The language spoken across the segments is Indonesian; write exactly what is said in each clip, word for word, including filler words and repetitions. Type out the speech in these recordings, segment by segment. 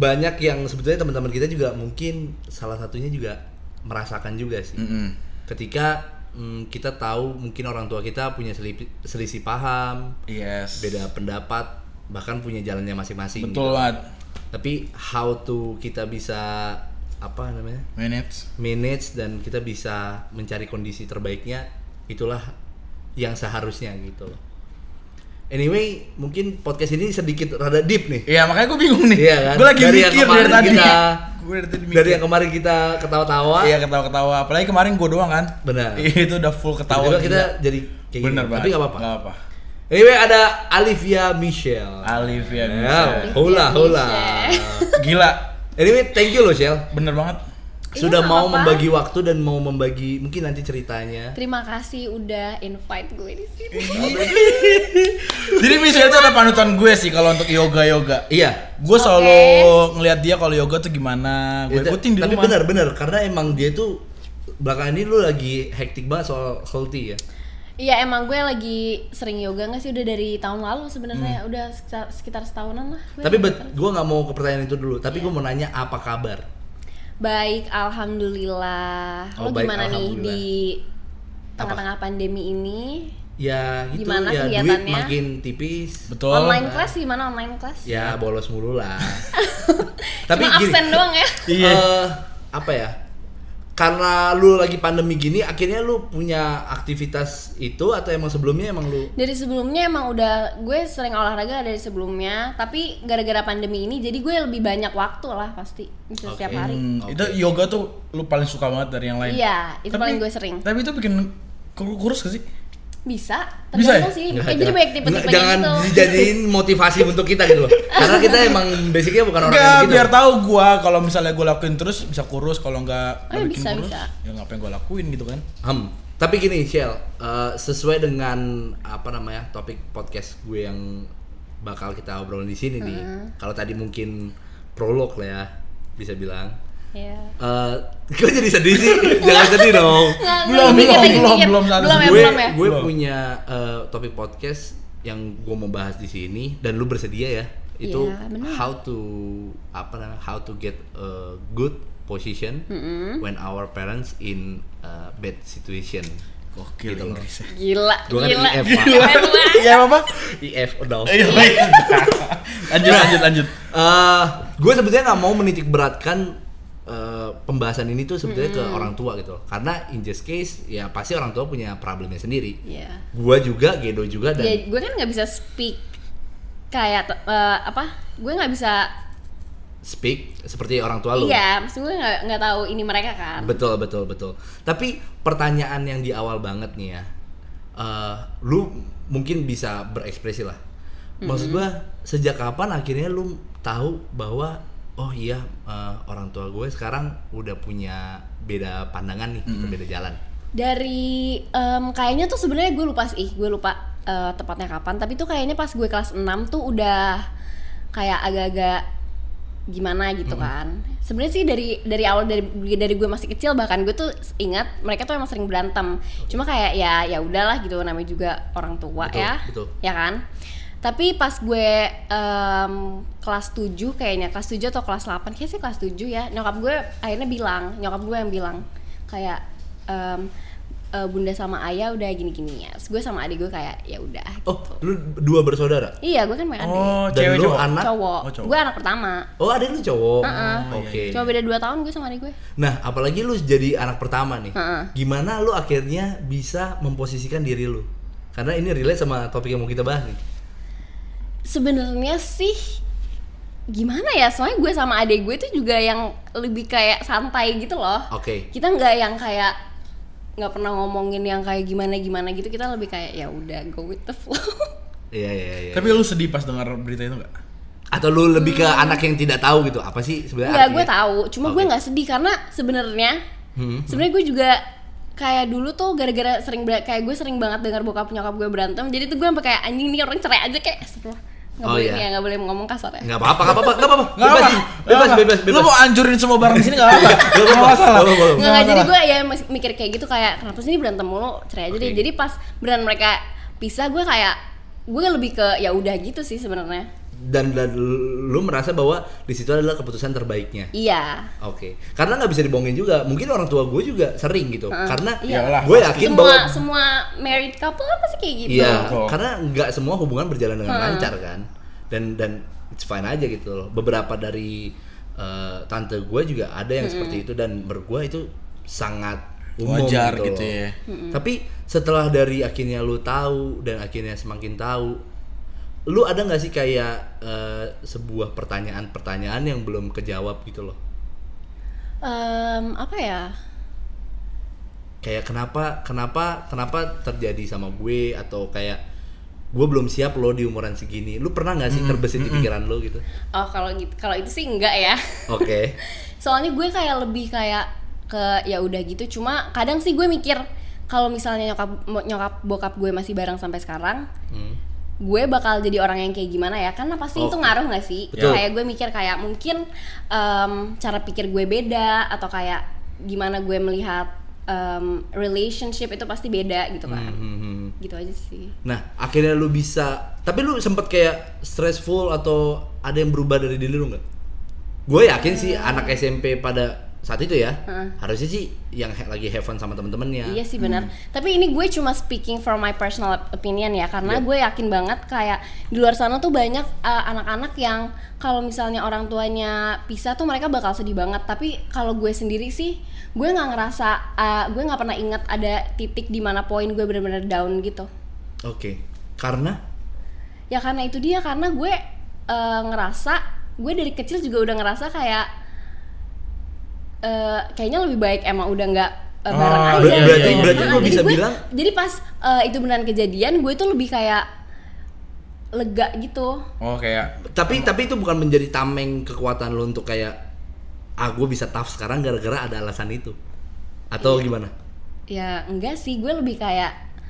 banyak yang sebetulnya teman-teman kita juga mungkin salah satunya juga merasakan juga sih. Mm-hmm. Ketika mm, kita tahu mungkin orang tua kita punya selisih, selisih paham, yes. beda pendapat, bahkan punya jalannya masing-masing. Betul banget. Gitu. Tapi how to kita bisa apa namanya? Manage. Manage dan kita bisa mencari kondisi terbaiknya, itulah yang seharusnya gitu loh. Anyway, mungkin podcast ini sedikit rada deep nih. Iya, makanya gue bingung nih. Iya kan? Gue lagi dari mikir dari tadi. Kita, gue dari tadi mikir. Dari yang kemarin kita ketawa-tawa. Iya, ketawa-ketawa. Apalagi kemarin gue doang kan. Benar. Itu udah full ketawa. Tiba-tiba kita jadi kayak gini. Bener, tapi enggak apa-apa. Enggak apa. Anyway, ada Alivia Michelle. Alivia Ya, Michelle. hula hula. Gila. Anyway, thank you loh, Shell. Bener banget. Sudah Iya, mau apa? membagi waktu dan mau membagi mungkin nanti ceritanya. Terima kasih udah invite gue di sini. Jadi Michelle itu ada panutan gue sih kalau untuk yoga-yoga. Iya. Gue Oke. selalu ngeliat dia kalau yoga tuh gimana. Gue Ya, ikutin di tapi rumah. benar-benar karena emang dia tuh belakangan ini lu lagi hektik banget soal healthy ya. Iya emang gue lagi sering yoga nggak sih udah dari tahun lalu sebenarnya hmm. udah sekitar, sekitar setahunan lah. Tapi bet, gue nggak mau ke pertanyaan itu dulu. Tapi yeah. gue mau nanya apa kabar? Baik, alhamdulillah. Oh, Lo baik, gimana nih alhamdulillah. di tengah-tengah pandemi ini? Ya gitu Gimana ya, duit kegiatannya? makin tipis. Betul. Online Nah. class gimana online class? Ya bolos mulu lah. Tapi Cuma gini, absen doang ya. Iya. eh, apa ya? Karena lu lagi pandemi gini, akhirnya lu punya aktivitas itu atau emang sebelumnya emang lu? Dari sebelumnya emang udah gue sering olahraga dari sebelumnya, tapi gara-gara pandemi ini jadi gue lebih banyak waktu lah pasti bisa Oke. setiap hari. Hmm, Oke. Itu yoga tuh lu paling suka banget dari yang lain. Iya, itu Tapi- paling gue sering. Tapi itu bikin kur- kurus gak sih? Bisa, Bisa tergantung ya? sih. Nggak, Kayak jadi jangan- banyak tipe-tipe nggak, jangan gitu. dijadiin motivasi untuk kita gitu loh. Karena kita emang basicnya bukan orang Enggak, yang begitu. biar tahu gua kalau misalnya gua lakuin terus bisa kurus, kalau enggak Oh, ya, bikin bisa, kurus, bisa. ya ngapain gua lakuin gitu kan. Hmm. Tapi gini, Shell, uh, sesuai dengan apa namanya topik podcast gue yang bakal kita obrolin di sini nih. Kalau tadi mungkin prolog lah ya, bisa bilang. Iya. Uh, gue jadi sedih sih, jangan sedih dong. Nggak, Belum, nggak, mikir belum, lagi, belum, mikir. belum, satu belum ya, gue belum ya. gue Belum. punya uh, topik podcast yang gue mau bahas di sini dan lu bersedia ya. Itu Iya, benar. how to apa namanya? How to get a good position Mm-mm. when our parents in a bad situation. Gokil Gitu loh. Inggrisnya. Gila, Gua kan gila. I F, Pak. Keren banget. Iya apa? I F udah. Iya, baik. Lanjut, lanjut, lanjut. Uh, gue sebetulnya nggak mau menitik beratkan uh, pembahasan ini tuh sebetulnya ke orang tua gitu, karena in this case ya pasti orang tua punya problemnya sendiri. Iya. Gue juga, Gedo juga dan Ya, gue kan nggak bisa speak kayak eh, apa? Gue nggak bisa. speak seperti orang tua lu. Iya, maksud gue nggak nggak tahu ini mereka kan. Betul betul betul. Tapi pertanyaan yang di awal banget nih ya, uh, lu mungkin bisa berekspresi lah. Maksud gue sejak kapan akhirnya lu tahu bahwa oh iya uh, orang tua gue sekarang udah punya beda pandangan nih, mm-hmm. beda jalan. Dari em, kayaknya tuh sebenarnya gue lupa sih, gue lupa eh, tepatnya kapan. Tapi tuh kayaknya pas gue kelas enam tuh udah kayak agak-agak gimana gitu kan. Sebenarnya sih dari dari awal dari dari gue masih kecil bahkan gue tuh ingat mereka tuh emang sering berantem. Cuma kayak ya ya udahlah gitu, namanya juga orang tua. Betul, ya. betul. Ya kan? Tapi pas gue em, kelas tujuh kayaknya, kelas tujuh atau kelas delapan, kayaknya sih kelas tujuh ya. Nyokap gue akhirnya bilang, nyokap gue yang bilang kayak em, e, bunda sama ayah udah gini-gini ya. Terus gue sama adik gue kayak ya udah. Oh, lu dua bersaudara? Iya, gue kan punya adik. Oh, Dan cewek lu cowok. anak? Cowok. Oh, cowok. Gue anak pertama. Oh, ada lu cowok. Heeh. Oke. Cuma beda dua tahun gue sama adik gue. Nah, apalagi lu jadi anak pertama nih. Heeh. Gimana lu akhirnya bisa memposisikan diri lu? Karena ini relate sama topik yang mau kita bahas nih. Sebenarnya sih gimana ya, soalnya gue sama adik gue itu juga yang lebih kayak santai gitu loh. Oke. Kita nggak yang kayak nggak pernah ngomongin yang kayak gimana gimana gitu. Kita lebih kayak ya udah go with the flow. Iya, iya, iya. Tapi lu sedih pas dengar berita itu enggak? Atau lu lebih ke anak yang tidak tahu gitu, apa sih sebenarnya? Enggak, artinya? gue tahu. Cuma gue Oke. nggak sedih karena sebenarnya Hmm. sebenarnya gue juga kayak dulu tuh gara-gara sering ber- kayak gue sering banget dengar bokap nyokap gue berantem. Jadi tuh gue sampai kayak anjing nih orang cerai aja kayak astagfirullah. Nggak Oh, boleh iya. nih ya, nggak boleh ngomong kasar ya. Nggak apa-apa, nggak apa-apa, nggak apa-apa. Nggak Bebas, apa. sih. bebas, bebas, bebas. Lu mau anjurin semua barang di sini enggak apa-apa. Nggak Enggak apa-apa, masalah. nggak apa-apa. Nggak, nggak, jadi gue ya masih mikir kayak gitu kayak kenapa sih ini berantem mulu, cerai aja Oke. deh. Jadi pas beneran mereka pisah gue kayak gue lebih ke ya udah gitu sih sebenarnya. dan dan lu merasa bahwa di situ adalah keputusan terbaiknya. Iya. Oke. Karena nggak bisa dibohongin juga. Mungkin orang tua gue juga sering gitu. Uh, karena iya. gue yakin semua, bahwa semua married couple apa sih kayak gitu. Iya. Betul. Karena nggak semua hubungan berjalan dengan uh. lancar kan. Dan dan it's fine aja gitu loh. Beberapa dari uh, tante gue juga ada yang mm-hmm. seperti itu dan menurut gue itu sangat umum wajar gitu, gitu ya. Mm-hmm. Tapi setelah dari akhirnya lu tahu dan akhirnya semakin tahu, lu ada nggak sih kayak uh, sebuah pertanyaan-pertanyaan yang belum kejawab gitu loh? Um, apa ya? Kayak kenapa, kenapa, kenapa terjadi sama gue atau kayak gue belum siap lo di umuran segini. Lu pernah nggak sih terbesit di pikiran lu gitu? Oh kalau gitu, kalau itu sih enggak ya. Oke. Okay. Soalnya gue kayak lebih kayak ke ya udah gitu. Cuma kadang sih gue mikir kalau misalnya nyokap nyokap bokap gue masih bareng sampai sekarang. Hmm. Gue bakal jadi orang yang kayak gimana ya, karena pasti oh, itu ngaruh nggak sih? Betul. Kayak gue mikir kayak mungkin um, cara pikir gue beda atau kayak gimana gue melihat um, relationship itu pasti beda gitu kan. Hmm, hmm. Gitu aja sih. Nah akhirnya lu bisa, tapi lu sempet kayak stressful atau ada yang berubah dari diri lu nggak? Gue yakin uh, sih anak S M P pada saat itu ya uh. harusnya sih yang he- lagi have fun sama temen-temennya. Iya sih benar. Hmm. Tapi ini gue cuma speaking from my personal opinion ya, karena yeah. gue yakin banget kayak di luar sana tuh banyak uh, anak-anak yang kalau misalnya orang tuanya pisah tuh mereka bakal sedih banget. Tapi kalau gue sendiri sih gue nggak ngerasa, uh, gue nggak pernah ingat ada titik di mana poin gue benar-benar down gitu. Oke. Okay. Karena? Ya karena itu dia, karena gue uh, ngerasa gue dari kecil juga udah ngerasa kayak Uh, kayaknya lebih baik emang udah nggak uh, bareng oh, aja. Berarti gitu. berarti, berarti nah, gue bisa gue, bilang. Jadi pas uh, itu beneran kejadian, gue tuh lebih kayak lega gitu. Oh kayak. Tapi oh. tapi itu bukan menjadi tameng kekuatan lo untuk kayak ah gue bisa tough sekarang gara-gara ada alasan itu. Atau iya. gimana? Ya enggak sih, gue lebih kayak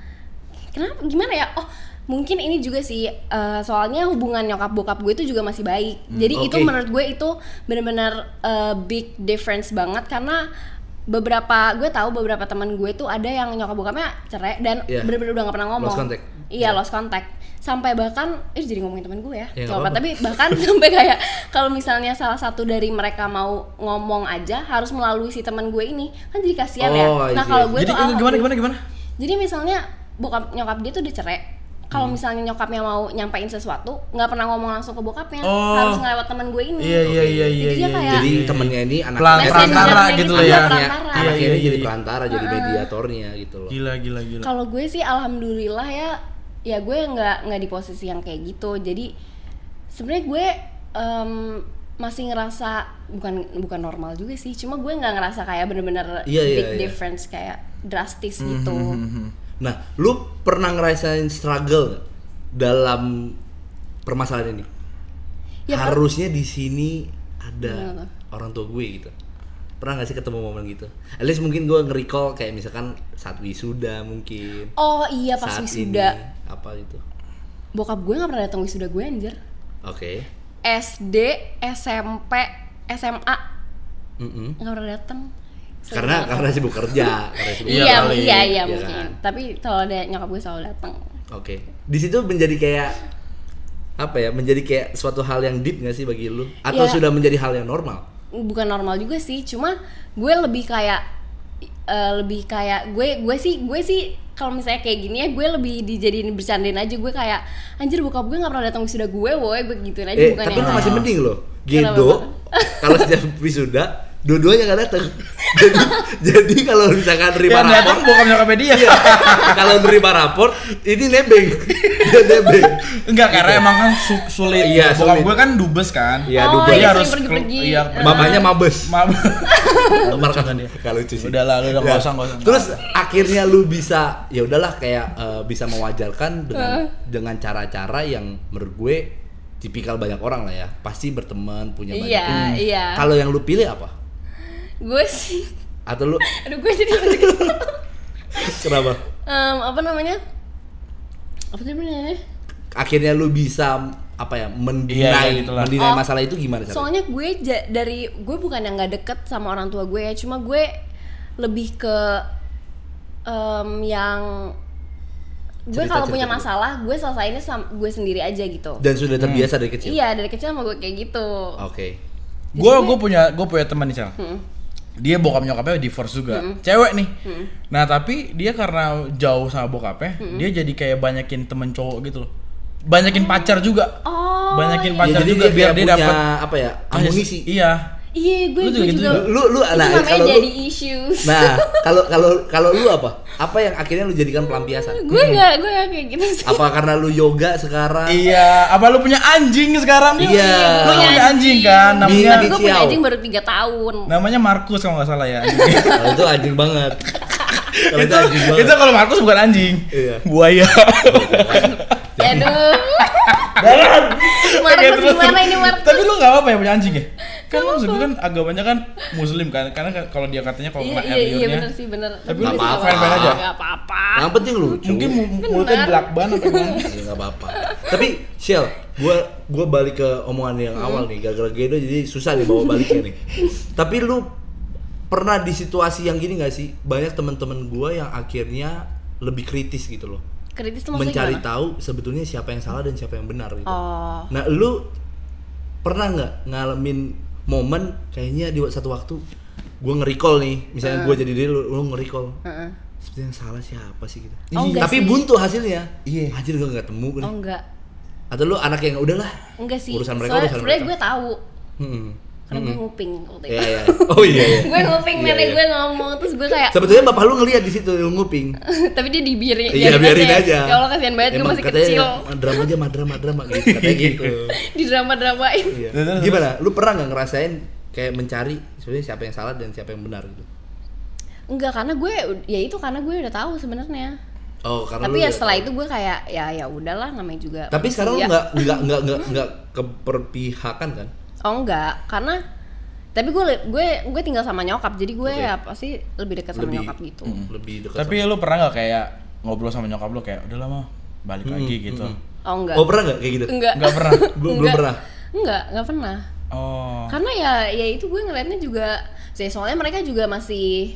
kenapa gimana ya? Oh mungkin ini juga sih uh, soalnya hubungan nyokap bokap gue itu juga masih baik. Hmm, jadi okay. itu menurut gue itu benar-benar uh, big difference banget, karena beberapa gue tahu beberapa teman gue tuh ada yang nyokap bokapnya cerai dan yeah. benar-benar udah nggak pernah ngomong. Lost contact. Iya yeah. lost contact. Sampai bahkan eh jadi ngomongin teman gue ya. ya Coba tapi bahkan sampai kayak kalau misalnya salah satu dari mereka mau ngomong aja harus melalui si teman gue ini, kan jadi kasihan oh, ya. Nah kalau gue jadi, tuh gimana gimana gimana? Jadi misalnya bokap nyokap dia tuh udah cerai. Kalau hmm. misalnya nyokapnya mau nyampein sesuatu, nggak pernah ngomong langsung ke bokapnya, oh. harus ngelewat teman gue ini. Iya iya iya iya. Jadi, iya, kayak, jadi temennya ini anak perantara gitu loh ya. Perantara. Anaknya iya, ini iya, jadi iya. perantara, jadi uh-uh. mediatornya gitu loh. Gila gila gila. Kalau gue sih alhamdulillah ya, ya gue nggak nggak di posisi yang kayak gitu. Jadi sebenarnya gue um, masih ngerasa bukan bukan normal juga sih. Cuma gue nggak ngerasa kayak bener-bener iya, big iya, iya. difference kayak drastis mm-hmm. gitu. Nah, lu pernah ngerasain struggle gak dalam permasalahan ini? Ya, harusnya di sini ada ya, orang tua gue gitu. Pernah nggak sih ketemu momen gitu? At least mungkin gue nge-recall kayak misalkan saat wisuda mungkin. Oh iya pas saat wisuda. Ini, apa gitu? Bokap gue nggak pernah datang wisuda gue anjir. Oke. Okay. S D, S M P, S M A nggak mm-hmm. pernah datang. Karena karena sibuk kerja. Karena sibuk iya, kali. iya, iya, ya mungkin. Kan? Tapi kalau ada nyokap gue selalu datang. Oke. Okay. Di situ menjadi kayak apa ya? Menjadi kayak suatu hal yang deep nggak sih bagi lu? Atau ya, sudah menjadi hal yang normal? Bukan normal juga sih. Cuma gue lebih kayak uh, lebih kayak gue gue sih gue sih kalau misalnya kayak gini ya gue lebih dijadiin bercandain aja. Gue kayak anjir bokap gue nggak pernah datang wisuda gue, woy gue gituin aja. Eh, bukan tapi yang masih mending loh. Gedo kalau setiap wisuda dua-duanya nggak datang. jadi jadi kalau misalkan nerima yang rapor, datang bukan nyokapnya dia. Iya, kalau nerima rapor ini nebeng, dia nebeng. Enggak karena gitu. Emang kan su- sulit. Iya, bokap sulit. gue kan dubes kan. Iya, oh, dubes. Iya, harus pergi-pergi. Iya, bapaknya mabes. Mabes. Markas dia. Kalau lucu sih. Udah lah, udah enggak usah, enggak usah. Terus akhirnya lu bisa ya udahlah kayak uh, bisa mewajarkan dengan uh. dengan cara-cara yang menurut gue tipikal banyak orang lah ya. Pasti berteman, punya banyak. Iya, hmm. iya. Kalau yang lu pilih apa? Gue sih atau lu aduh gue jadi kenapa um, apa namanya apa sih namanya akhirnya lu bisa apa ya mendinai iya, gitu mendinai oh, masalah itu gimana caranya? Soalnya gue ja- dari gue bukan yang nggak deket sama orang tua gue ya, cuma gue lebih ke um, yang gue kalau punya masalah gue selesainya sama gue sendiri aja gitu. Dan sudah terbiasa hmm. dari kecil. Iya dari kecil sama gue kayak gitu. Oke. Okay. Gue gue punya gue punya teman nih Sal. Hmm. Dia bokap nyokapnya divorce juga, hmm. cewek nih. Hmm. Nah tapi dia karena jauh sama bokapnya, hmm. dia jadi kayak banyakin temen cowok gitu loh. Banyakin oh. pacar juga. Oh. Banyakin iya. pacar ya, juga dia biar dia dapat apa ya? Amunisi. Iya. Iya, gue lu juga, gitu juga. Lu lu nah, kalau jadi lu, issues. Nah, kalau kalau kalau lu apa? Apa yang akhirnya lu jadikan pelampiasan? Gue enggak, hmm. gue enggak kayak gitu sih. Apa karena lu yoga sekarang? Iya, apa lu punya anjing sekarang? Iya. Lu punya anjing kan? Namanya gue punya anjing baru tiga tahun. Namanya Markus kalau enggak salah ya. Oh, itu anjing banget. Kalau itu anjing banget. Itu kalau Markus bukan anjing. Iya. Buaya. Aduh. Dan Markus gimana ini Markus? Tapi lu enggak apa-apa ya punya anjing ya? Kan maksud gue kan agamanya kan muslim kan, karena kalau dia katanya kalau kena air liurnya iya bener sih bener. Tapi nggak apa-apa, fine-fine aja. Nggak apa-apa. Yang penting lucu. Mungkin mulutnya belak ban atau gimana? Nggak apa-apa. Tapi Shell, gue gue balik ke omongan yang awal nih, gara-gara Gedo jadi susah nih bawa baliknya nih. Tapi lu pernah di situasi yang gini nggak sih? Banyak teman-teman gue yang akhirnya lebih kritis gitu loh. Kritis tuh maksudnya mencari gimana? tahu sebetulnya siapa yang salah dan siapa yang benar gitu. Oh. Nah, lu pernah nggak ngalamin momen kayaknya di satu waktu gue nge-recall nih, misalnya uh. gue jadi diri lu, lu nge-recall. Uh-uh. Sebetulnya yang salah siapa sih gitu. Oh, tapi sih. buntu hasilnya. Iya. Anjir gue enggak ketemu nih. Oh enggak. Atau lu anak yang udahlah. Enggak sih. Urusan mereka Soalnya urusan sebenarnya mereka. gue tahu. Heeh. Karena gue nguping waktu itu. Iya, iya. Oh iya iya. Gue nguping Iya, nenek iya. gue ngomong terus gue kayak sebetulnya bapak lu ngeliat di situ lu nguping. tapi dia dibiarin. Iya, biarin aja. Ya Allah kasihan banget gue masih katanya, kecil. Drama aja mah drama drama gitu katanya gitu. Di drama-dramain. Iya. Gimana? Lu pernah enggak ngerasain kayak mencari sebenarnya siapa yang salah dan siapa yang benar gitu? Enggak, karena gue ya itu karena gue udah tahu sebenarnya. Oh, karena tapi ya udah setelah tahu. itu gue kayak ya ya udahlah namanya juga. Tapi manusia. sekarang lu enggak enggak enggak enggak enggak keperpihakan kan? Oh enggak, karena tapi gue gue gue tinggal sama nyokap jadi gue okay. ya pasti lebih dekat sama lebih, nyokap gitu. Mm, lebih dekat. Tapi sama. Lu pernah nggak kayak ngobrol sama nyokap lu kayak udahlah mah balik hmm, lagi gitu? Hmm. Oh enggak. Oh pernah nggak kayak gitu? Enggak. Enggak pernah. Belum belum pernah. Enggak, enggak pernah. Oh. Karena ya ya itu gue ngeliatnya juga sih soalnya mereka juga masih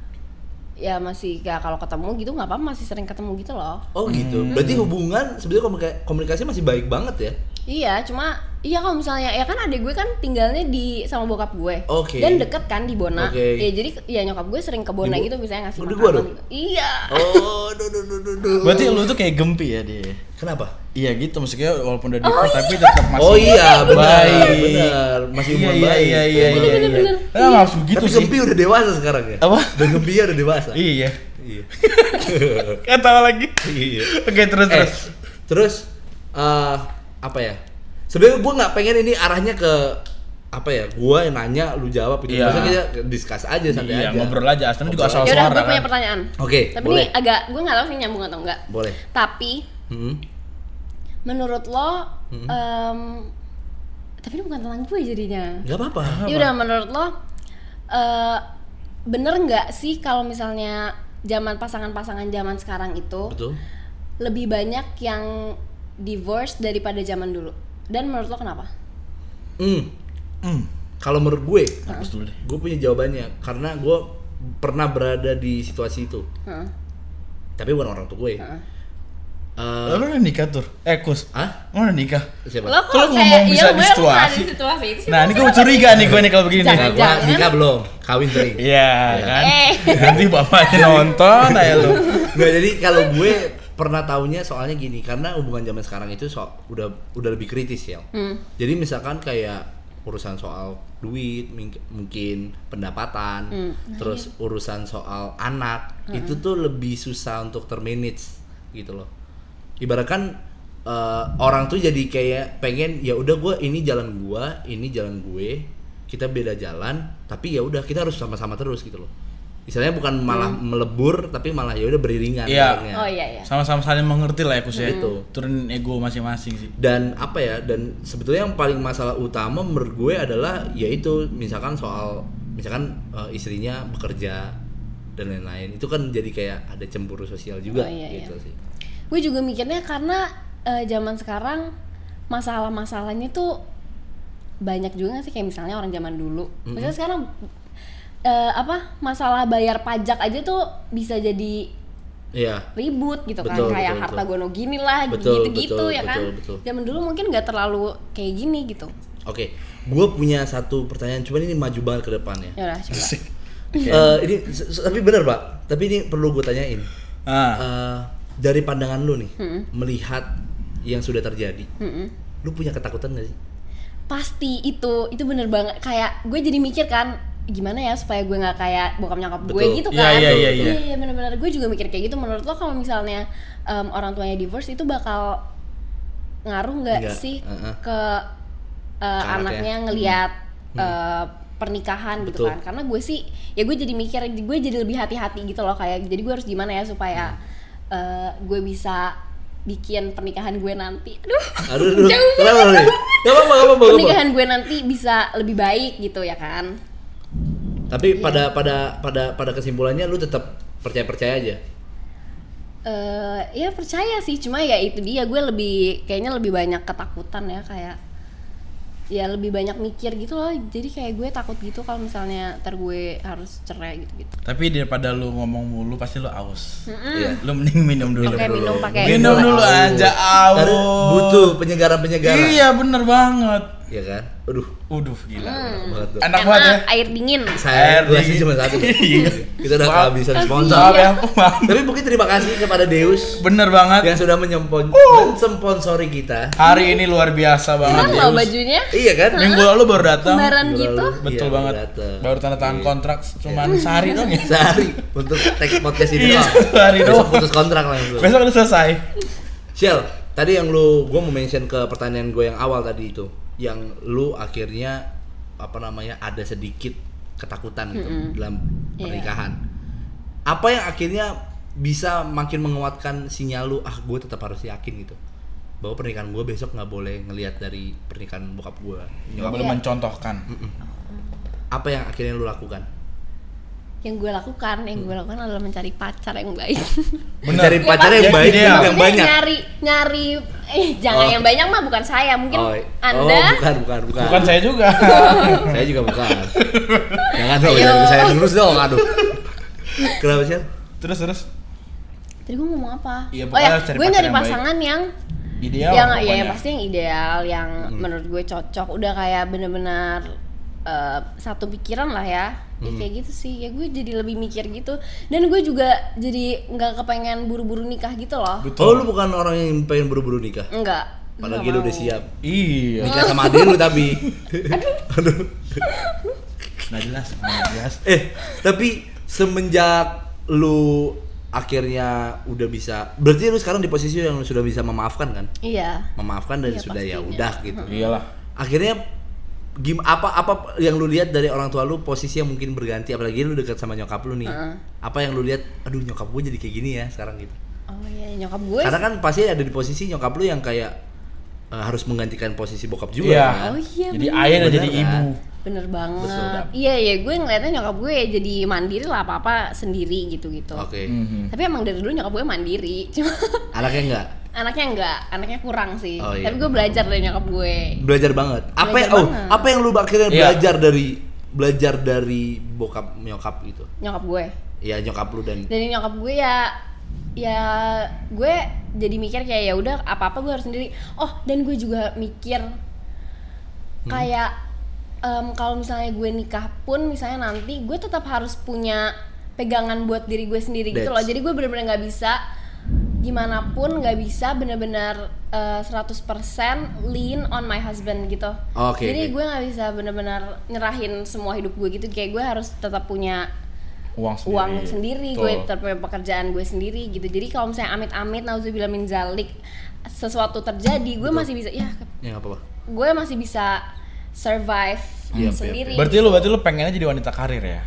ya masih kayak kalau ketemu gitu nggak apa-apa masih sering ketemu gitu loh. Oh gitu. Hmm. Berarti hubungan sebenarnya komunika- komunikasi masih baik banget ya? Iya, cuma iya kalau misalnya ya kan adik gue kan tinggalnya di sama bokap gue. Oke. Dan deket kan di Bona. Okay. Ya jadi ya nyokap gue sering ke Bona Ibu, gitu misalnya ngasih udah makanan gua dong? gitu. Iya. Oh, duh, duh, duh, duh, duh. Berarti lu tuh kayak gempi ya dia. Kenapa? Iya gitu, maksudnya walaupun udah divorce oh, tapi tetap masih oh iya, benar, baik. benar, masih iya, hubungan iya, baik. iya, iya, bener, iya, bener, iya. bener. Nah, langsung gitu tapi sih. Gempi udah dewasa sekarang ya? Apa? Dan Gempi udah dewasa. Iya. Iya. Kan tahu lagi. Iya. Oke, terus Eh, terus. terus uh, apa ya? Sebenarnya gue nggak pengen ini arahnya ke apa ya? Gue yang nanya, lu jawab itu. Iya. Maksudnya kita discuss aja santai Iya, aja. ngobrol aja. Aslinya juga asal Ya udah, suara gue punya kan. pertanyaan. Oke, Tapi boleh. ini agak gue nggak tahu sih nyambung atau enggak. Boleh. Tapi Hmm. menurut lo, Hmm. em, tapi ini bukan tentang gue jadinya. Gak apa-apa. Ya udah, menurut lo, eh, bener nggak sih kalau misalnya zaman pasangan-pasangan zaman sekarang itu Betul. lebih banyak yang divorce daripada zaman dulu? Dan menurut lo kenapa? Hmm. Hmm. Kalau menurut gue, Bagus dulu deh. gue punya jawabannya karena gue pernah berada di situasi itu. Heeh. Tapi bukan orang tua gue. Heeh. Eh, Lu udah nikah tuh? Eh, Kus. Hah? Lu udah nikah? Siapa? Lo Kalau kok ngomong kayak bisa iya, di gue pernah situasi. di situasi itu sih. Nah, ini gue curiga nih gue nih kalau begini. Jangan, Nah, gua jangan. nikah belum, kawin sering. Iya, kan? Eh. Nanti bapaknya nonton aja lu. Nggak, jadi kalau gue pernah taunya soalnya gini, karena hubungan zaman sekarang itu so, udah udah lebih kritis ya. Hmm. Jadi misalkan kayak urusan soal duit, ming- mungkin pendapatan, Hmm. terus urusan soal anak, itu tuh lebih susah untuk termanage gitu loh. Ibaratkan uh, orang tuh jadi kayak pengen ya udah gue ini jalan gue, ini jalan gue, kita beda jalan, tapi ya udah kita harus sama-sama terus gitu loh. Misalnya bukan malah hmm. melebur, tapi malah ya udah beriringan. Iya. ibaratnya. Oh iya iya. Sama-sama saling mengerti lah ya, Kus ya. Gitu. Turunin ego masing-masing sih. Dan apa ya, dan sebetulnya yang paling masalah utama menurut gue adalah yaitu misalkan soal misalkan uh, istrinya bekerja dan lain-lain, itu kan jadi kayak ada cemburu sosial juga. Oh, iya, gitu iya. sih. Gue juga mikirnya karena uh, zaman sekarang masalah-masalahnya tuh banyak juga gak sih, kayak misalnya orang zaman dulu. Mm-hmm. Misalnya sekarang uh, apa masalah bayar pajak aja tuh bisa jadi Iya. ribut gitu kan, Betul, kayak betul, harta betul. gono gini lah, Betul, gitu-gitu betul, ya kan. betul, betul. Zaman dulu mungkin nggak terlalu kayak gini gitu. Oke, gue punya satu pertanyaan, cuman ini maju banget ke depannya. Ya udah coba. Eh, ini s- s- tapi bener Pak, tapi ini perlu gue tanyain. Ah. Eh, dari pandangan lu nih, Mm-mm. melihat yang sudah terjadi, Mm-mm. lu punya ketakutan gak sih? Pasti itu itu bener banget, kayak gue jadi mikir kan gimana ya supaya gue nggak kayak bokap nyokap gue Betul. gitu Iya, kan. iya, iya, iya. iya bener-bener gue juga mikir kayak gitu. Menurut lo kalau misalnya em, orang tuanya divorce itu bakal ngaruh nggak Nggak, sih uh-uh. ke uh, Ke anaknya. anaknya ngelihat uh, pernikahan gitu Betul. kan? Karena gue sih ya gue jadi mikir, gue jadi lebih hati-hati gitu loh, kayak jadi gue harus gimana ya supaya uh, gue bisa bikin pernikahan gue nanti, aduh, Aduh, aduh. jauh Kenapa banget. nih? Gak apa-apa, gak apa-apa. Pernikahan gue nanti bisa lebih baik gitu ya kan? Tapi Iya. pada pada pada pada kesimpulannya lu tetap percaya-percaya aja. Eh ya percaya sih, cuma ya itu dia, gue lebih kayaknya lebih banyak ketakutan ya, kayak ya lebih banyak mikir gitu loh, jadi kayak gue takut gitu kalau misalnya ntar gue harus cerai gitu-gitu. Tapi daripada lu ngomong mulu pasti lu aus. Iya. Lu mending minum dulu. Oke, minum pakai Minum gula. dulu aja aus. Karena butuh penyegaran-penyegaran. Iya, bener banget. Iya kan? Aduh, Uduh, gila. Hmm. banget tuh. Enak banget ya. Enak, air dingin. Saya Air gelasnya dingin. cuma satu. Iya. Kita udah Maaf. kehabisan Kasian. sponsor. Maaf ya, maaf. Tapi mungkin terima kasih kepada Deus Bener banget. yang sudah menyempon mensponsori kita. Hari ini luar biasa banget. Keren loh Deus. bajunya. Iya kan? Minggu lalu baru datang. Kembaran Minggu gitu. lalu. Betul Iya, banget. baru datang. Baru tanda tangan Iya. kontrak cuman sehari dong ya. Sehari untuk take podcast ini Iya, doang. sehari Besok doang. putus kontrak langsung. Besok udah selesai. Shell, tadi yang lu, gue mau mention ke pertanyaan gue yang awal tadi itu, yang lu akhirnya apa namanya ada sedikit ketakutan gitu Mm-mm. dalam Iya. pernikahan. Apa yang akhirnya bisa makin menguatkan sinyal lu, ah gue tetap harus yakin gitu bahwa pernikahan gue besok nggak boleh ngelihat dari pernikahan bokap gue. Nggak boleh Iya. mencontohkan. Apa yang akhirnya lu lakukan? Yang gue lakukan, yang gue lakukan adalah mencari pacar yang baik. Bener. Mencari Ya, pacar pasti. yang baik Ideal. yang Maksudnya banyak. nyari nyari eh jangan Oh. yang banyak mah bukan saya, mungkin Oh, Anda. oh, bukan bukan bukan. Bukan saya juga. Saya juga bukan. Jangan dong, Ayo. jangan saya terus dong, aduh. Kenapa sih? Terus terus. Tadi gue ngomong apa? Iya, oh ya, pokoknya cari gue pacar nyari yang baik. pasangan yang Ideal. yang ya pokoknya. yang pasti yang ideal, yang menurut gue cocok, udah kayak bener-bener eh, satu pikiran lah ya. Ya kayak gitu sih, ya gue jadi lebih mikir gitu. Dan gue juga jadi nggak kepengen buru-buru nikah gitu loh. Betul. Oh, lu bukan orang yang pengen buru-buru nikah? Enggak. Padahal Nggak gitu mau. udah siap. Iya. Nikah sama adik lu tapi. Aduh. Nggak jelas. Nggak jelas. Eh, tapi semenjak lu akhirnya udah bisa, berarti lu sekarang di posisi yang sudah bisa memaafkan kan? Iya. Memaafkan dan Iya, sudah ya pastinya. udah gitu. Iyalah. Akhirnya gim apa apa yang lu lihat dari orang tua lu, posisi yang mungkin berganti, apalagi lu dekat sama nyokap lu nih. Heeh. Apa yang lu lihat? Aduh, nyokap gue jadi kayak gini ya sekarang gitu. Oh iya, nyokap gue. Karena kan pasti ada di posisi nyokap lu yang kayak eh, harus menggantikan posisi bokap juga Iya. kan. Oh iya. Jadi bener. ayah dan Bener jadi kan? ibu. Bener banget. Betul. Iya iya, gue ngeliatnya nyokap gue jadi mandiri lah, apa-apa sendiri gitu-gitu. Oke. Mhm. Tapi emang dari dulu nyokap gue mandiri, cuma Anaknya enggak anaknya enggak, anaknya kurang sih. Oh, iya. Tapi gue belajar dari nyokap gue. belajar banget. Apa Belajar yang oh, banget. apa yang lu akhirnya Iya. belajar dari belajar dari bokap nyokap gitu? Nyokap gue. Ya nyokap lu dan Dari nyokap gue ya ya gue jadi mikir kayak ya udah apa-apa gue harus sendiri. Oh, dan gue juga mikir Hmm. kayak em, kalau misalnya gue nikah pun misalnya nanti gue tetap harus punya pegangan buat diri gue sendiri gitu loh. That's- Jadi gue bener-bener nggak bisa gimana pun nggak bisa bener-bener eh, seratus persen lean on my husband gitu. Oke, Jadi oke. gue nggak bisa bener-bener nyerahin semua hidup gue gitu. Kayak gue harus tetap punya Uang sendiri. uang sendiri, Betul. gue tetap punya pekerjaan gue sendiri gitu. Jadi kalau misalnya amit-amit nauzubillah min zalik sesuatu terjadi, gue Betul. masih bisa ya ya nggak apa-apa. gue masih bisa survive Iya, sendiri. Berarti lu berarti lu pengennya jadi wanita karir ya?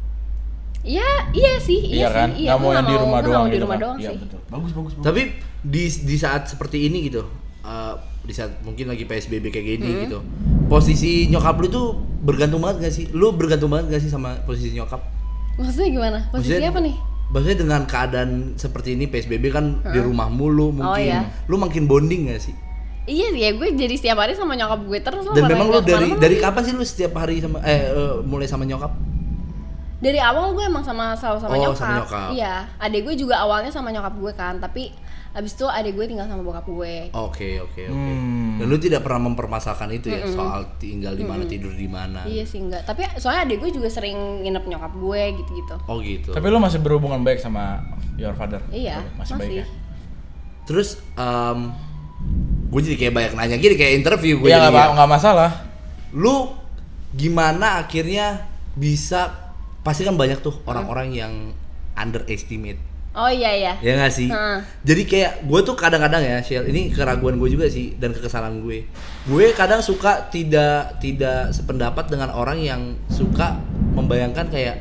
Iya, iya sih, iya, Iya kan? sih. Iya, Nggak mau gue yang di nggak rumah gue nggak doang mau di gitu rumah kan? doang Iya, sih. betul. Bagus bagus bagus. Tapi di di saat seperti ini gitu, eh, di saat mungkin lagi P S B B kayak gini Hmm. gitu, posisi nyokap lu tuh bergantung banget gak sih? Lu bergantung banget gak sih sama posisi nyokap? Maksudnya gimana? Posisi Maksudnya- apa nih? Maksudnya dengan keadaan seperti ini P S B B kan di rumah mulu mungkin, iya. lu makin bonding gak sih? Iya sih ya, gue jadi setiap hari sama nyokap gue terus lah. Dan orang memang yang lu dari kemana-mana. dari kapan sih lu setiap hari sama eh, eh, mulai sama nyokap? Dari awal gue emang sama selalu sama Oh, nyokap. sama nyokap. Iya, adek gue juga awalnya sama nyokap gue kan, tapi abis itu adek gue tinggal sama bokap gue. Oke, oke, oke. Hmm. Dan lu tidak pernah mempermasalahkan itu ya, soal tinggal di mana, tidur di mana. Iya sih enggak, tapi soalnya adek gue juga sering nginep nyokap gue gitu-gitu. Oh gitu. Tapi lu masih berhubungan baik sama your father? Iya, masih, baik ya? Terus um, gue jadi kayak banyak nanya gini, kayak interview gue. Iya, jadi nggak ya. nggak masalah. Lu gimana akhirnya bisa, pasti kan banyak tuh orang-orang yang underestimate. Oh iya iya. Ya nggak sih? Hmm. Jadi kayak gue tuh kadang-kadang ya, Shell, ini keraguan gue juga sih dan kekesalan gue. Gue kadang suka tidak tidak sependapat dengan orang yang suka membayangkan kayak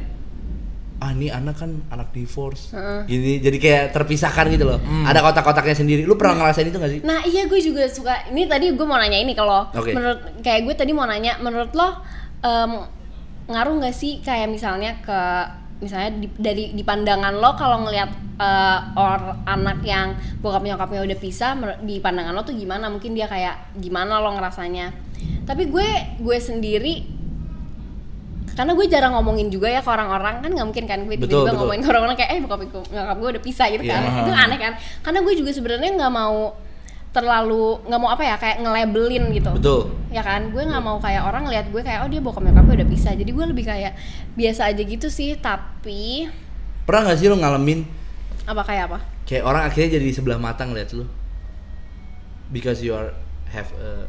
ah ini anak kan anak divorce. Hmm. Gini, jadi kayak terpisahkan gitu loh. Hmm. Ada kotak-kotaknya sendiri. Lu pernah ngerasain itu nggak sih? Nah iya gue juga suka. Ini tadi gue mau nanya ini kalau Oke. menurut kayak gue tadi mau nanya, menurut lo um, ngaruh nggak sih kayak misalnya ke misalnya di, dari di pandangan lo kalau ngelihat uh, or anak yang bokap nyokapnya udah pisah, di pandangan lo tuh gimana? Mungkin dia kayak gimana lo ngerasanya? Tapi gue gue sendiri, karena gue jarang ngomongin juga ya ke orang-orang, kan nggak mungkin kan gue Betul, tiba-tiba betul. ngomongin ke orang-orang kayak eh bokap gue- nyokap gue udah pisah gitu kan. Iya. Itu aneh kan, karena gue juga sebenarnya nggak mau terlalu, nggak mau apa ya, kayak nge-labelin gitu. Betul. Ya kan, gue nggak mau kayak orang lihat gue kayak oh dia bokap nyokapnya udah pisah, jadi gue lebih kayak biasa aja gitu sih. Tapi Pernah nggak sih lu ngalamin apa kayak apa? kayak orang akhirnya jadi sebelah mata ngeliat lu because you are have a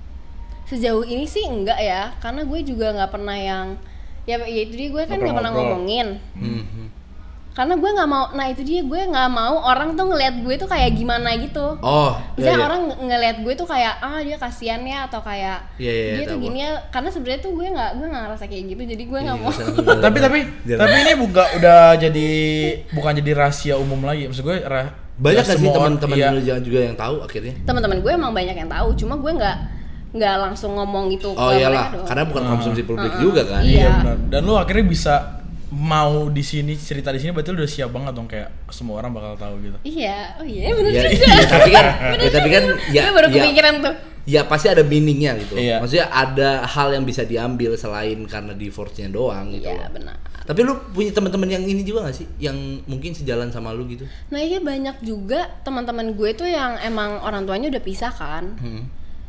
Sejauh ini sih enggak ya, karena gue juga nggak pernah yang ya, ya itu dia, gue kan Nggak nggak pernah pernah ngobrol. ngomongin. hmm, hmm. Karena gue nggak mau, nah itu dia, gue nggak mau orang tuh ngelihat gue tuh kayak gimana gitu. Oh, Misalnya iya, iya. orang ng- ngelihat gue tuh kayak ah dia kasihan ya, atau kayak Iya, iya, dia tahu tuh gua. gini ya, karena sebenarnya tuh gue nggak gue nggak ngerasa kayak gitu, jadi gue nggak Iya, mau. misalnya- tapi tapi Jangan. tapi ini buka udah jadi bukan jadi rahasia umum lagi. Maksud gue ra- Banyak ya nggak sih semua orang- teman-teman iya. lu juga yang tahu akhirnya? Teman-teman gue emang banyak yang tahu, cuma gue nggak nggak langsung ngomong gitu Oh ke iyalah, mereka doang. karena bukan konsumsi publik Uh-uh. juga kan. Iya. Iya benar. Dan lu akhirnya bisa mau di sini cerita di sini, berarti lu udah siap banget dong, kayak semua orang bakal tahu gitu. Iya, oh iya bener Ya, juga. ya, tapi kan, ya, tapi kan, ya, Gue baru ya, kepikiran tuh. ya pasti ada meaningnya gitu. Iya. Maksudnya ada hal yang bisa diambil selain karena divorce-nya doang gitu. Iya loh. benar. Tapi lu punya teman-teman yang ini juga gak sih? Yang mungkin sejalan sama lu gitu? Nah iya banyak juga teman-teman gue tuh yang emang orang tuanya udah pisah kan. Hmm.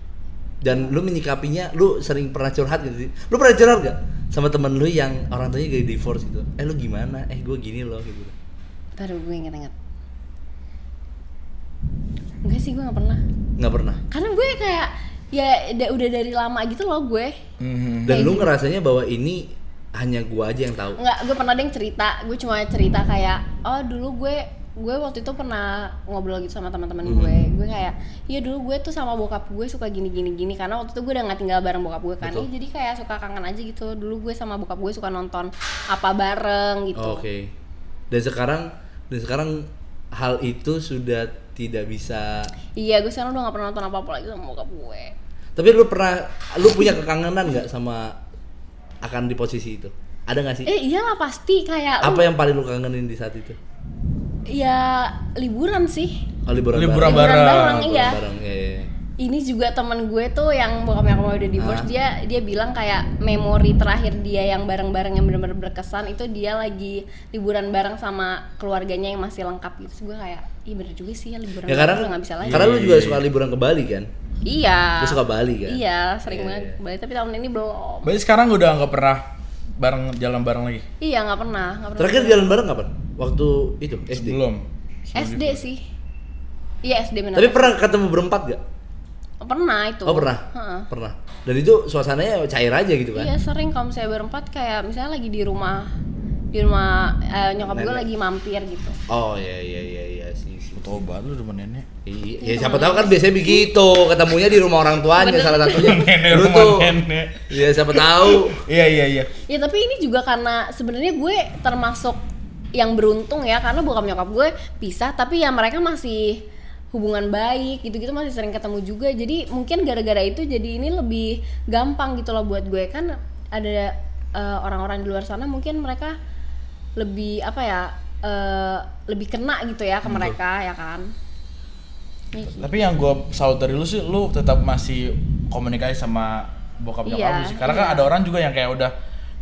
Dan lu menyikapinya, lu sering pernah curhat gitu sih? Lu pernah curhat gak sama temen lu yang orang tuanya gak divorce gitu? Eh lu gimana? Eh gue gini loh gitu. Ntar gue inget-inget. Enggak sih, gue gak pernah. Gak pernah. Karena gue kayak ya da- udah dari lama gitu loh gue. Mhm. Dan Kayak lu gitu. ngerasanya bahwa ini hanya gua aja yang tahu. Enggak, gue pernah ada yang cerita. Gue cuma cerita kayak oh dulu gue gue waktu itu pernah ngobrol gitu sama teman-teman Hmm. gue. Gue kayak iya dulu gue tuh sama bokap gue suka gini gini gini, karena waktu itu gue udah nggak tinggal bareng bokap gue kan. Betul. Iya, jadi kayak suka kangen aja gitu. Dulu gue sama bokap gue suka nonton apa bareng gitu. Oh, Oke. Dan sekarang dan sekarang hal itu sudah tidak bisa. Iya, gue sekarang udah gak pernah nonton apa-apa lagi sama bokap gue. Tapi lu pernah, lu punya kekangenan nggak sama akan di posisi itu? Ada nggak sih? Eh iyalah pasti kayak lu- Apa yang paling lu kangenin di saat itu? ya liburan sih. Oh, liburan, Liburan bareng. Liburan bareng. bareng, iya. Bareng, iya, iya. Ini juga teman gue tuh yang bokapnya nyokapnya udah divorce, Ah. dia dia bilang kayak memori terakhir dia yang bareng-bareng yang benar-benar berkesan itu dia lagi liburan bareng sama keluarganya yang masih lengkap gitu. Terus gue kayak, iya bener juga sih ya liburan Ya karena bareng udah nggak bisa lagi. karena lu Iya, juga iya, suka liburan ke Bali kan? Iya. Lu suka Bali kan? Iya, sering Iya, banget iya. Bali, tapi tahun ini belum. Berarti sekarang udah nggak pernah bareng jalan bareng lagi? Iya, nggak pernah, nggak pernah. Terakhir jalan bareng kapan? Waktu itu S D. Belum. S D sih. Iya, S D benar. Tapi pernah ketemu berempat gak? Pernah itu. Oh pernah? Heeh. Pernah. Dan itu suasananya cair aja gitu kan? Iya, sering kalau misalnya berempat kayak misalnya lagi di rumah di rumah eh, nyokap gue Nenek. lagi mampir gitu. Oh iya iya iya iya sih. sih. Tobat lu rumah nenek. Iya, Iya, ya siapa temen tahu kan biasanya begitu, ketemunya di rumah orang tuanya Bener. salah satunya. Nenek Lu rumah tuh. nenek. Iya, siapa tahu. Iya iya iya. Ya tapi ini juga karena sebenarnya gue termasuk yang beruntung ya, karena bokap nyokap gue pisah tapi ya mereka masih hubungan baik gitu-gitu, masih sering ketemu juga. Jadi mungkin gara-gara itu jadi ini lebih gampang gitu loh buat gue. Kan ada eh, orang-orang di luar sana mungkin mereka lebih apa ya eh, lebih kena gitu ya ke Betul. mereka ya kan. Nih, Tapi yang gue salut dari lu sih, lu tetap masih komunikasi sama bokap nyokap Iya, lu sih. Karena iya. kan ada orang juga yang kayak udah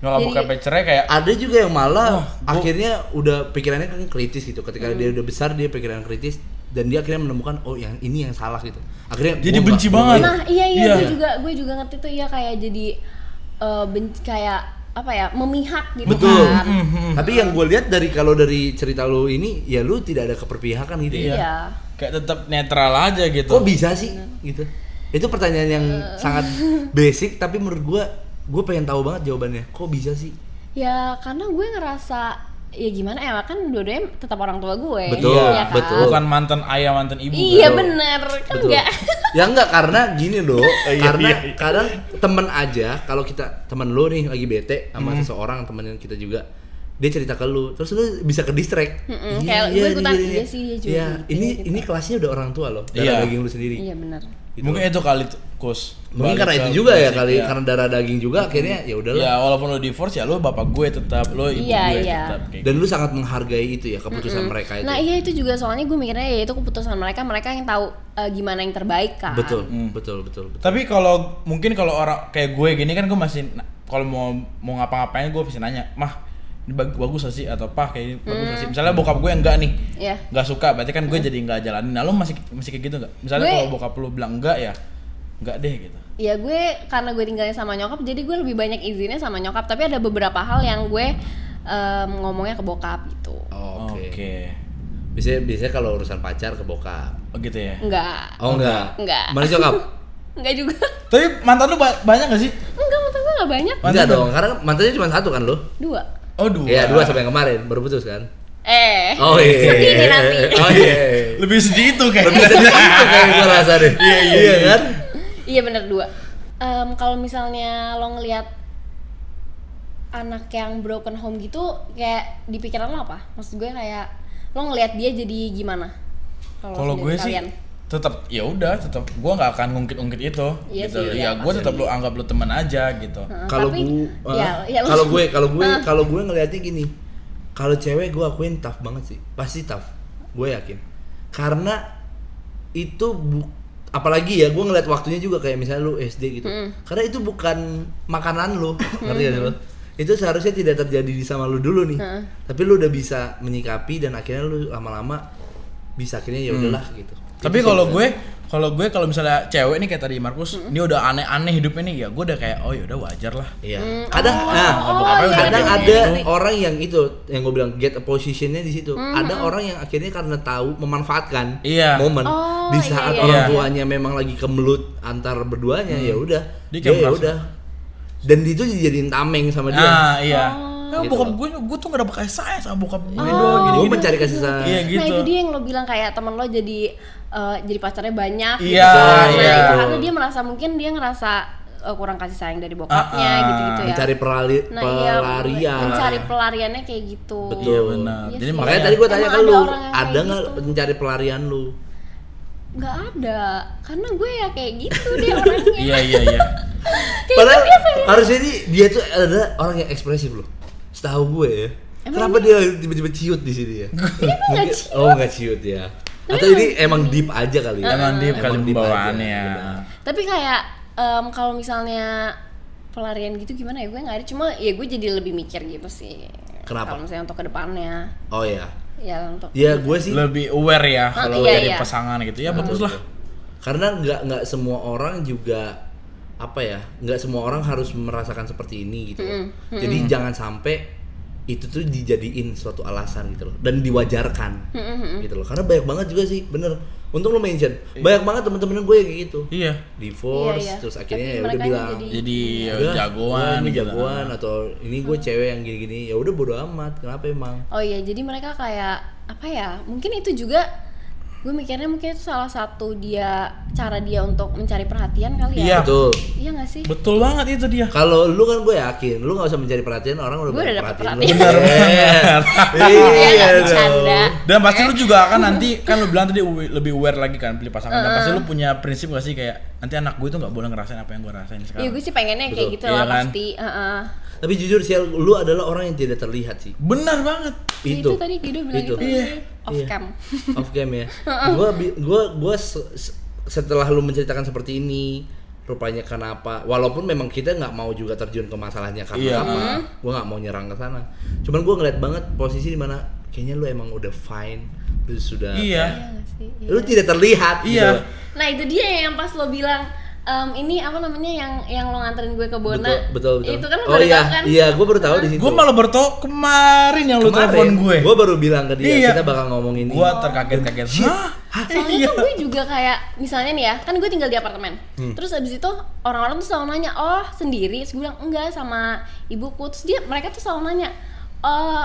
Nyokap Jadi- bokapnya cerai kayak Ada juga yang malah Wah, gua- akhirnya udah pikirannya kan kritis gitu. Ketika Hmm. dia udah besar dia pikiran kritis dan dia akhirnya menemukan oh yang ini yang salah gitu. Akhirnya Jadi gua benci nggak- banget. gua- Nah, iya iya, Iya. gue juga gue juga ngerti tuh ya kayak jadi eh, benci kayak apa ya memihak gitu Betul. kan. Hmm, Tapi yang gue lihat dari kalau dari cerita lu ini ya lu tidak ada keperpihakan gitu ya. Iya. kayak tetap netral aja gitu. Kok bisa sih gitu? Itu pertanyaan yang Eh. sangat basic tapi menurut gua gua pengen tahu banget jawabannya. Kok bisa sih? Ya karena gue ngerasa ya gimana ya kan dua-duanya tetap orang tua gue. Betul, ya kan? betul. Bukan mantan ayah, mantan ibu. Iya kan? bener kan Betul. enggak. Ya enggak karena gini loh. Iya, karena iya, iya. kadang temen aja kalau kita temen lu nih lagi bete sama Hmm. seseorang temen yang kita juga dia cerita ke lu terus lu bisa ke distract. Mm-mm, kayak gue ikutan, ini, iya sih, dia juga Iya, gitu, ini gitu. ini kelasnya udah orang tua loh, darah Iya. daging lu sendiri. Iya bener. Gitu. Mungkin itu kali tuh, Kus. Mungkin Balik karena ke itu juga ya basic, kali ya. karena darah daging juga akhirnya ya udahlah. Ya walaupun lo divorce ya lo bapak gue tetap, lo ibu Iya, gue iya. tetap kayak Dan lu sangat menghargai itu ya keputusan mereka itu. Nah iya itu juga soalnya gue mikirnya ya itu keputusan mereka, mereka yang tahu eh, gimana yang terbaik kan. Betul, Hmm. betul, betul, betul. Tapi kalau mungkin kalau orang kayak gue gini kan gue masih na- kalau mau mau ngapa-ngapain gue pasti nanya, "Mah, ini bag- bagus gak sih?" atau "Pah, kayak ini bagus gak sih?" Misalnya bokap gue enggak nih. Iya. Enggak suka, berarti kan gue jadi enggak jalanin. Nah, lo masih masih kayak gitu enggak? Misalnya Gue- kalau bokap lo bilang enggak ya enggak deh gitu. Ya gue karena gue tinggalnya sama nyokap jadi gue lebih banyak izinnya sama nyokap, tapi ada beberapa hal yang gue em, ngomongnya ke bokap gitu. Oke. Oke. Biasanya biasanya kalau urusan pacar ke bokap. Oh gitu ya. Enggak. Oh enggak. Enggak. Mana cokap? Enggak juga. Tapi mantan lu ba- banyak gak sih? Enggak, mantan gue enggak banyak. Mantan Enggak lu? dong, karena mantannya cuma satu kan lo? Dua. Oh dua. Iya, dua sampai yang kemarin baru putus kan? Eh. Oh iya. Sedih nih nanti. Oh iya. Lebih sedih itu kayak. Lebih sedih itu kayak gue rasa deh. Iya, iya kan? Iya bener dua. Em, kalau misalnya lo ngelihat anak yang broken home gitu, kayak di pikiran lo apa? Maksud gue kayak lo ngelihat dia jadi gimana? Kalau sendiri gue sih kalian? tetap ya udah tetap gue nggak akan ngungkit-ngungkit itu Iya gitu. sih, Ya iya, gue pasti. tetap lu anggap lu teman aja gitu. Heeh, Kalau tapi- gue ya, ya, lo- kalau gue kalau gue Ah. kalau gue ngelihatnya gini. Kalau cewek gue akuin tough banget sih. Pasti tough. Gue yakin. Karena itu bu apalagi ya gue ngeliat waktunya juga kayak misalnya lu S D gitu. Mm. Karena itu bukan makanan lu, ngerti gak sih lo? Itu seharusnya tidak terjadi di sama lu dulu nih. Heeh. Tapi lu udah bisa menyikapi dan akhirnya lu lama-lama bisa akhirnya ya udahlah gitu. Tapi Itu sih. kalau gue kalau gue kalau misalnya cewek nih kayak tadi Markus, dia udah aneh-aneh hidupnya nih ya gue udah kayak oh ya udah wajar lah. Iya. Hmm, Kadang oh, nah, oh, bokapnya iya, udah kadang iya, ada iya, iya. orang yang itu yang gue bilang get a positionnya di situ. Ada orang yang akhirnya karena tahu memanfaatkan Iya. momen Oh, di iya, saat iya, orang iya. tuanya memang lagi kemelut antar berduanya ya udah. Dia Dia kayak ya merasa- udah. Dan itu dijadiin tameng sama dia. Nah iya. Oh. Ya, Gitu bokap loh. gue gue tuh gak ada kasih sayang sama bokap gue Oh, doang Gue gini-gini. mencari kasih sayang. Iya Nah gitu. itu dia yang lo bilang kayak temen lo jadi eh, jadi pacarnya banyak. Iya, gitu. Nah, iya. itu karena dia merasa mungkin dia ngerasa eh, kurang kasih sayang dari bokapnya Ah, ah. gitu-gitu ya. Mencari perali, Nah, iya, pelarian. mencari pelariannya kayak gitu. Betul. Iya benar. Iya Jadi sih. Makanya tadi gue tanya Emang ke ada lu, orang yang kayak ada nggak gitu? mencari pelarian lu? Nggak ada, karena gue ya kayak gitu dia orangnya. Iya iya iya. Padahal harusnya dia, dia tuh adalah orang yang ekspresif loh. Setahu gue ya. Emang Kenapa dia tiba-tiba ciut di sini ya? Mungkin- oh nggak ciut ya. Atau ini emang deep aja kali ya? Emang deep kali deep aja, pembawaannya. benar. Tapi kayak em, kalau misalnya pelarian gitu gimana ya, gue nggak ada, cuma ya gue jadi lebih mikir gitu sih. Kenapa? Kalau misalnya untuk kedepannya, Oh ya. ya untuk. Ya gue sih Lebih aware ya kalau iya, jadi iya. pasangan gitu ya bagus lah. karena nggak nggak semua orang juga apa ya nggak semua orang harus merasakan seperti ini gitu loh. Jadi jangan sampai itu tuh dijadiin suatu alasan gitu loh dan diwajarkan gitu loh karena banyak banget juga sih bener untung lo mention banyak banget temen-temen gue yang kayak gitu Iya. divorce Iya, iya. terus akhirnya Tapi ya udah mereka bilang jadi- Jadi ya, "Udah, jagoan gue ini gitu. jagoan atau ini gue cewek yang gini-gini ya udah bodo amat kenapa emang Oh iya, jadi mereka kayak apa ya? Mungkin itu juga gue mikirnya mungkin itu salah satu dia cara dia untuk mencari perhatian kali Iya. ya. betul Iya nggak sih? Betul banget itu dia. kalau lu kan gue yakin lu nggak usah mencari perhatian orang udah Gue udah banyak dapet perhatian perhatian. lu. Benar banget. Iya Iya nggak dong. bercanda. Dan pasti lu juga akan nanti kan lu bilang tadi awa- lebih aware lagi kan pilih pasangan. Dan pasti lu punya prinsip gak sih kayak nanti anak gue tuh nggak boleh ngerasain apa yang gue rasain Iya sekarang. gue sih pengennya kayak Betul. gitu Iya lah kan? pasti. Heeh. Tapi jujur sih, lu adalah orang yang tidak terlihat sih. Benar banget. Itu. Itu. tadi Gido bilang Itu. gitu. Iya. Off Iya. cam. Off cam ya. Gua bi- gua gua se- se- setelah lu menceritakan seperti ini, rupanya kenapa, walaupun memang kita nggak mau juga terjun ke masalahnya karena Iya. apa, Hmm. gue nggak mau nyerang ke sana. Cuman gue ngeliat banget posisi di mana kayaknya lu emang udah fine, lu sudah, Iya. Iya nggak sih? Iya. lu tidak terlihat. Iya. Gitu. Nah itu dia yang pas lo bilang em, ini apa namanya yang yang lo nganterin gue ke Bona. Betul, betul, betul. Itu kan lo oh baru iya, tahu kan? iya, gue baru tahu di situ. Gue malah bertau kemarin yang lu telepon gue. gue baru bilang ke dia Iya. kita bakal ngomongin ini. Gue terkaget-kaget. Hah? Soalnya tuh gue juga kayak misalnya nih ya, kan gue tinggal di apartemen. Hmm. Terus abis itu orang-orang tuh selalu nanya, "Oh, sendiri?" Terus gue bilang, "Enggak, sama ibuku." Terus dia mereka tuh selalu nanya, "Eh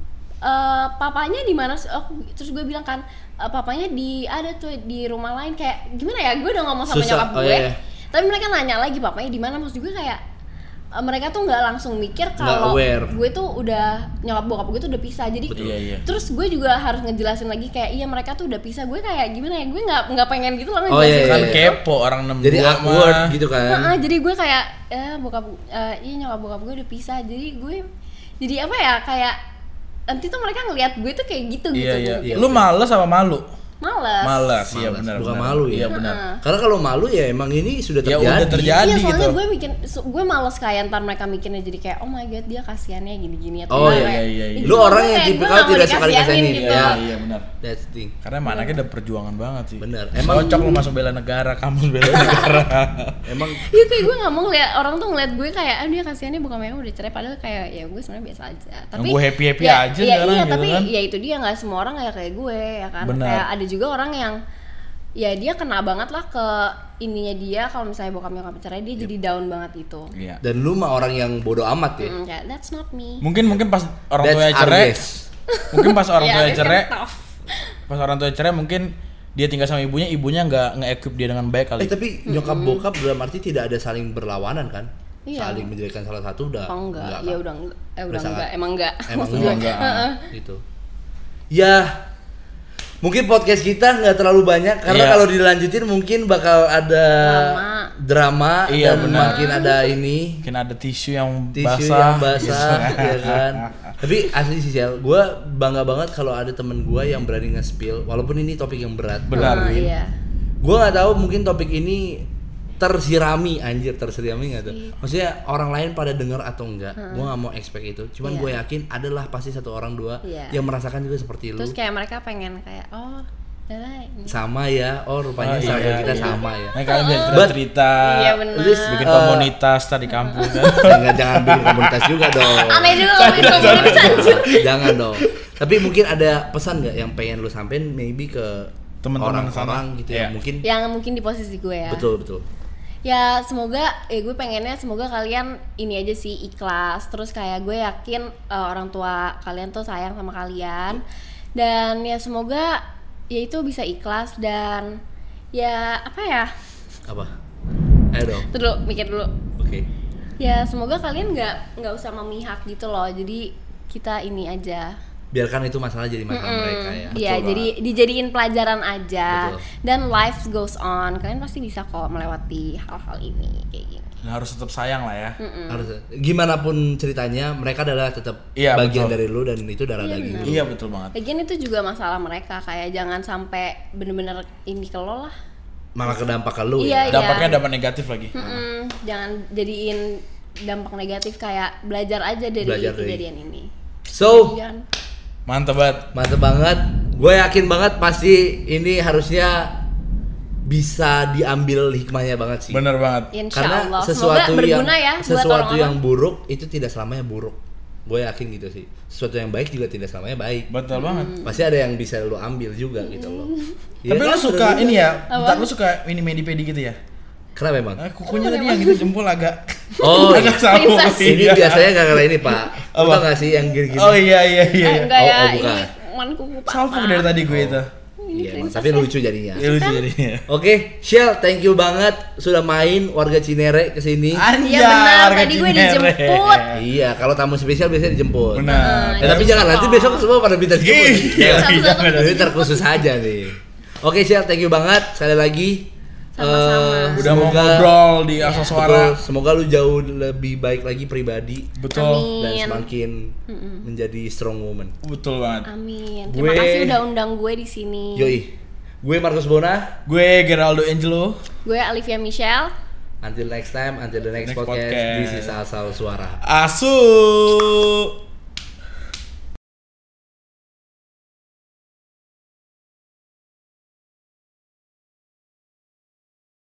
eh, papanya di mana?" Oh, terus gue bilang kan, "Eh, papanya di ada tuh di rumah lain." Kayak gimana ya? Gue udah ngomong sama Susah. nyokap Oh, gue. iya, iya. Tapi mereka nanya lagi papanya di mana? Maksud gue kayak eh, mereka tuh nggak langsung mikir Nggak kalau aware. gue tuh udah nyokap bokap gue tuh udah pisah. Jadi Betul. Iya, iya. terus gue juga harus ngejelasin lagi kayak iya mereka tuh udah pisah. Gue kayak gimana ya, gue nggak nggak pengen gitu loh Oh, ngejelasin iya, Kan iya. gitu. kepo orang enam Jadi awkward gitu kan. Nah, jadi gue kayak eh bokap eh, iya nyokap bokap gue udah pisah. Jadi gue jadi apa ya, kayak nanti tuh mereka ngelihat gue tuh kayak gitu gitu. Iya, iya. Iya, Lu oke. males apa malu? Males. Malas, iya Malas, benar. bukan benar. malu ya. Iya benar. Heeh. Karena kalau malu ya emang ini sudah Ya terjadi. udah terjadi. Iya soalnya gitu. gue bikin su- gue males kayak ntar mereka mikirnya jadi kayak oh my god dia kasihannya gini-gini atau Oh, gimana, iya, kayak, iya, iya. "Ih, Lu gua orang yang kayak tipikal gue nggak mau tidak suka dikasihanin dikasihanin, gitu. Iya, Ya. iya benar. That's the thing. Karena emang anaknya udah perjuangan banget sih. Bener. Emang Emang cocok lu masuk bela negara, kampus bela negara. emang Iya kayak gue nggak mau ngeliat orang tuh ngeliat gue kayak ah dia kasihannya bukan memang udah cerai padahal kayak ya gue sebenarnya biasa aja. Tapi gue happy-happy ya, aja ya, sekarang iya, gitu tapi kan. ya itu dia nggak semua orang kayak kayak gue ya kan. Benar. Kayak ada juga orang yang ya dia kena banget lah ke ininya dia kalau misalnya bokap nyokap cerai dia jadi down banget gitu. Iya. dan lu mah orang yang bodoh amat ya. Mm, kayak that's not me. Mungkin mungkin pas orang That's tuanya cerai, Aries. mungkin pas orang Ya, tuanya dia cerai, kan tough. pas orang tuanya cerai mungkin dia tinggal sama ibunya, ibunya nggak nge-equip dia dengan baik kali. Eh tapi nyokap bokap dalam arti tidak ada saling berlawanan kan? Iya. Saling menjadikan salah satu udah Oh enggak, kan? ya udah enggak, eh udah Udah sangat- enggak, emang enggak. Emang Maksud enggak, gue, enggak. heeh. gitu. Ya mungkin podcast kita nggak terlalu banyak karena Iya. kalau dilanjutin mungkin bakal ada Drama. drama Iya, dan benar. makin ada ini Mungkin ada tisu yang tisu basah. yang basah gitu. ya kan. Tapi asli sih Sel, gue bangga banget kalau ada temen gue yang berani nge-spill walaupun ini topik yang berat. Benar. Ah, iya. Gue nggak tahu mungkin topik ini tersirami anjir tersirami nggak tuh, maksudnya orang lain pada denger atau enggak, gue nggak mau expect itu, cuman Iya. gue yakin adalah pasti satu orang dua Iya. yang merasakan juga seperti lu. Terus kayak mereka pengen kayak oh Dara ini. Sama ya, oh rupanya Oh, iya, saudara kita iya. sama ya. Nah, kalian bisa But- cerita, Iya benar. At least, bikin Eh, komunitas tadi kampus kan. Jangan jangan bikin komunitas juga dong. Aneh juga kalau bikin komunitas anjir. Jangan dong. Tapi mungkin ada pesan nggak yang pengen lu sampein maybe ke Teman-teman orang-orang sana. gitu Iya. yang mungkin Yang mungkin di posisi gue ya. betul betul. Ya semoga, ya gue pengennya semoga kalian ini aja sih ikhlas. Terus kayak gue yakin uh, orang tua kalian tuh sayang sama kalian. Dan ya semoga ya itu bisa ikhlas dan ya apa ya? Apa? Ayo dong. Tuh dulu, mikir dulu. Oke. Ya semoga kalian nggak nggak usah memihak gitu loh. Jadi kita ini aja. Biarkan itu masalah jadi masalah Mm-mm. mereka ya. Iya, Betul jadi dijadiin pelajaran aja. Betul. Dan life goes on. Kalian pasti bisa kok melewati hal-hal ini kayak gini. Nah, harus tetap sayang lah ya. Mm-mm. Harus gimana pun ceritanya mereka adalah tetap Iya, bagian betul. dari lu dan itu darah Iya, daging benar. lu. Iya betul banget. Lagian itu juga masalah mereka, kayak jangan sampai bener-bener ini ke lo lah. Malah kedampak ke lu Iya, ya. iya. Dampaknya dampak negatif lagi. Mm-mm, jangan jadiin dampak negatif, kayak belajar aja dari Belajar dari- kejadian ini. So, Jangan. Mantap banget. mantep banget. Gue yakin banget pasti ini harusnya bisa diambil hikmahnya banget sih. Bener banget. Insya Karena Allah. sesuatu Semoga yang berguna ya buat sesuatu orang-orang. yang buruk itu tidak selamanya buruk. Gue yakin gitu sih. Sesuatu yang baik juga tidak selamanya baik. Betul banget. Pasti ada yang bisa lu ambil juga gitu loh. Iya Tapi lu kan? suka Bener ini juga. ya, Apa? bentar, lu suka ini medi-pedi gitu ya? Kenapa emang? Eh, kukunya tadi yang gitu jempol agak Oh, agak sabu. Princess. ini Iya. biasanya gak karena ini pak. Lu Apa? tau gak sih yang gini-gini? Oh iya iya iya. Eh, enggak Oh, ya, oh, bukan. ini man kuku papa. Salfok dari tadi gue itu. Ini Iya, emang, princess tapi ya. lucu jadinya. Ya lucu jadinya. Oke, Shell, thank you banget sudah main warga Cinere kesini. Anjay, Iya benar, harga tadi gue Cinere. dijemput. Iya, kalau tamu spesial biasanya dijemput. Benar. Ya, tapi Iya. jangan nanti besok semua pada minta dijemput. Iya, Satu-satu. iya. Jadi terkhusus aja nih. Oke, Shell, thank you banget sekali lagi. Sama-sama. Eh, Udah mau semoga- ngobrol di Iya. Asa Betul, Suara. semoga lu jauh lebih baik lagi pribadi Betul. Amin. dan semakin menjadi strong woman. Betul banget. Amin. Terima Gue- kasih udah undang gue di sini. Yoi. Gue Marcus Bona. Gue Geraldo Angelo. Gue Olivia Michelle. Until next time, until the next, Next podcast, podcast. this is Asal Suara. Asu.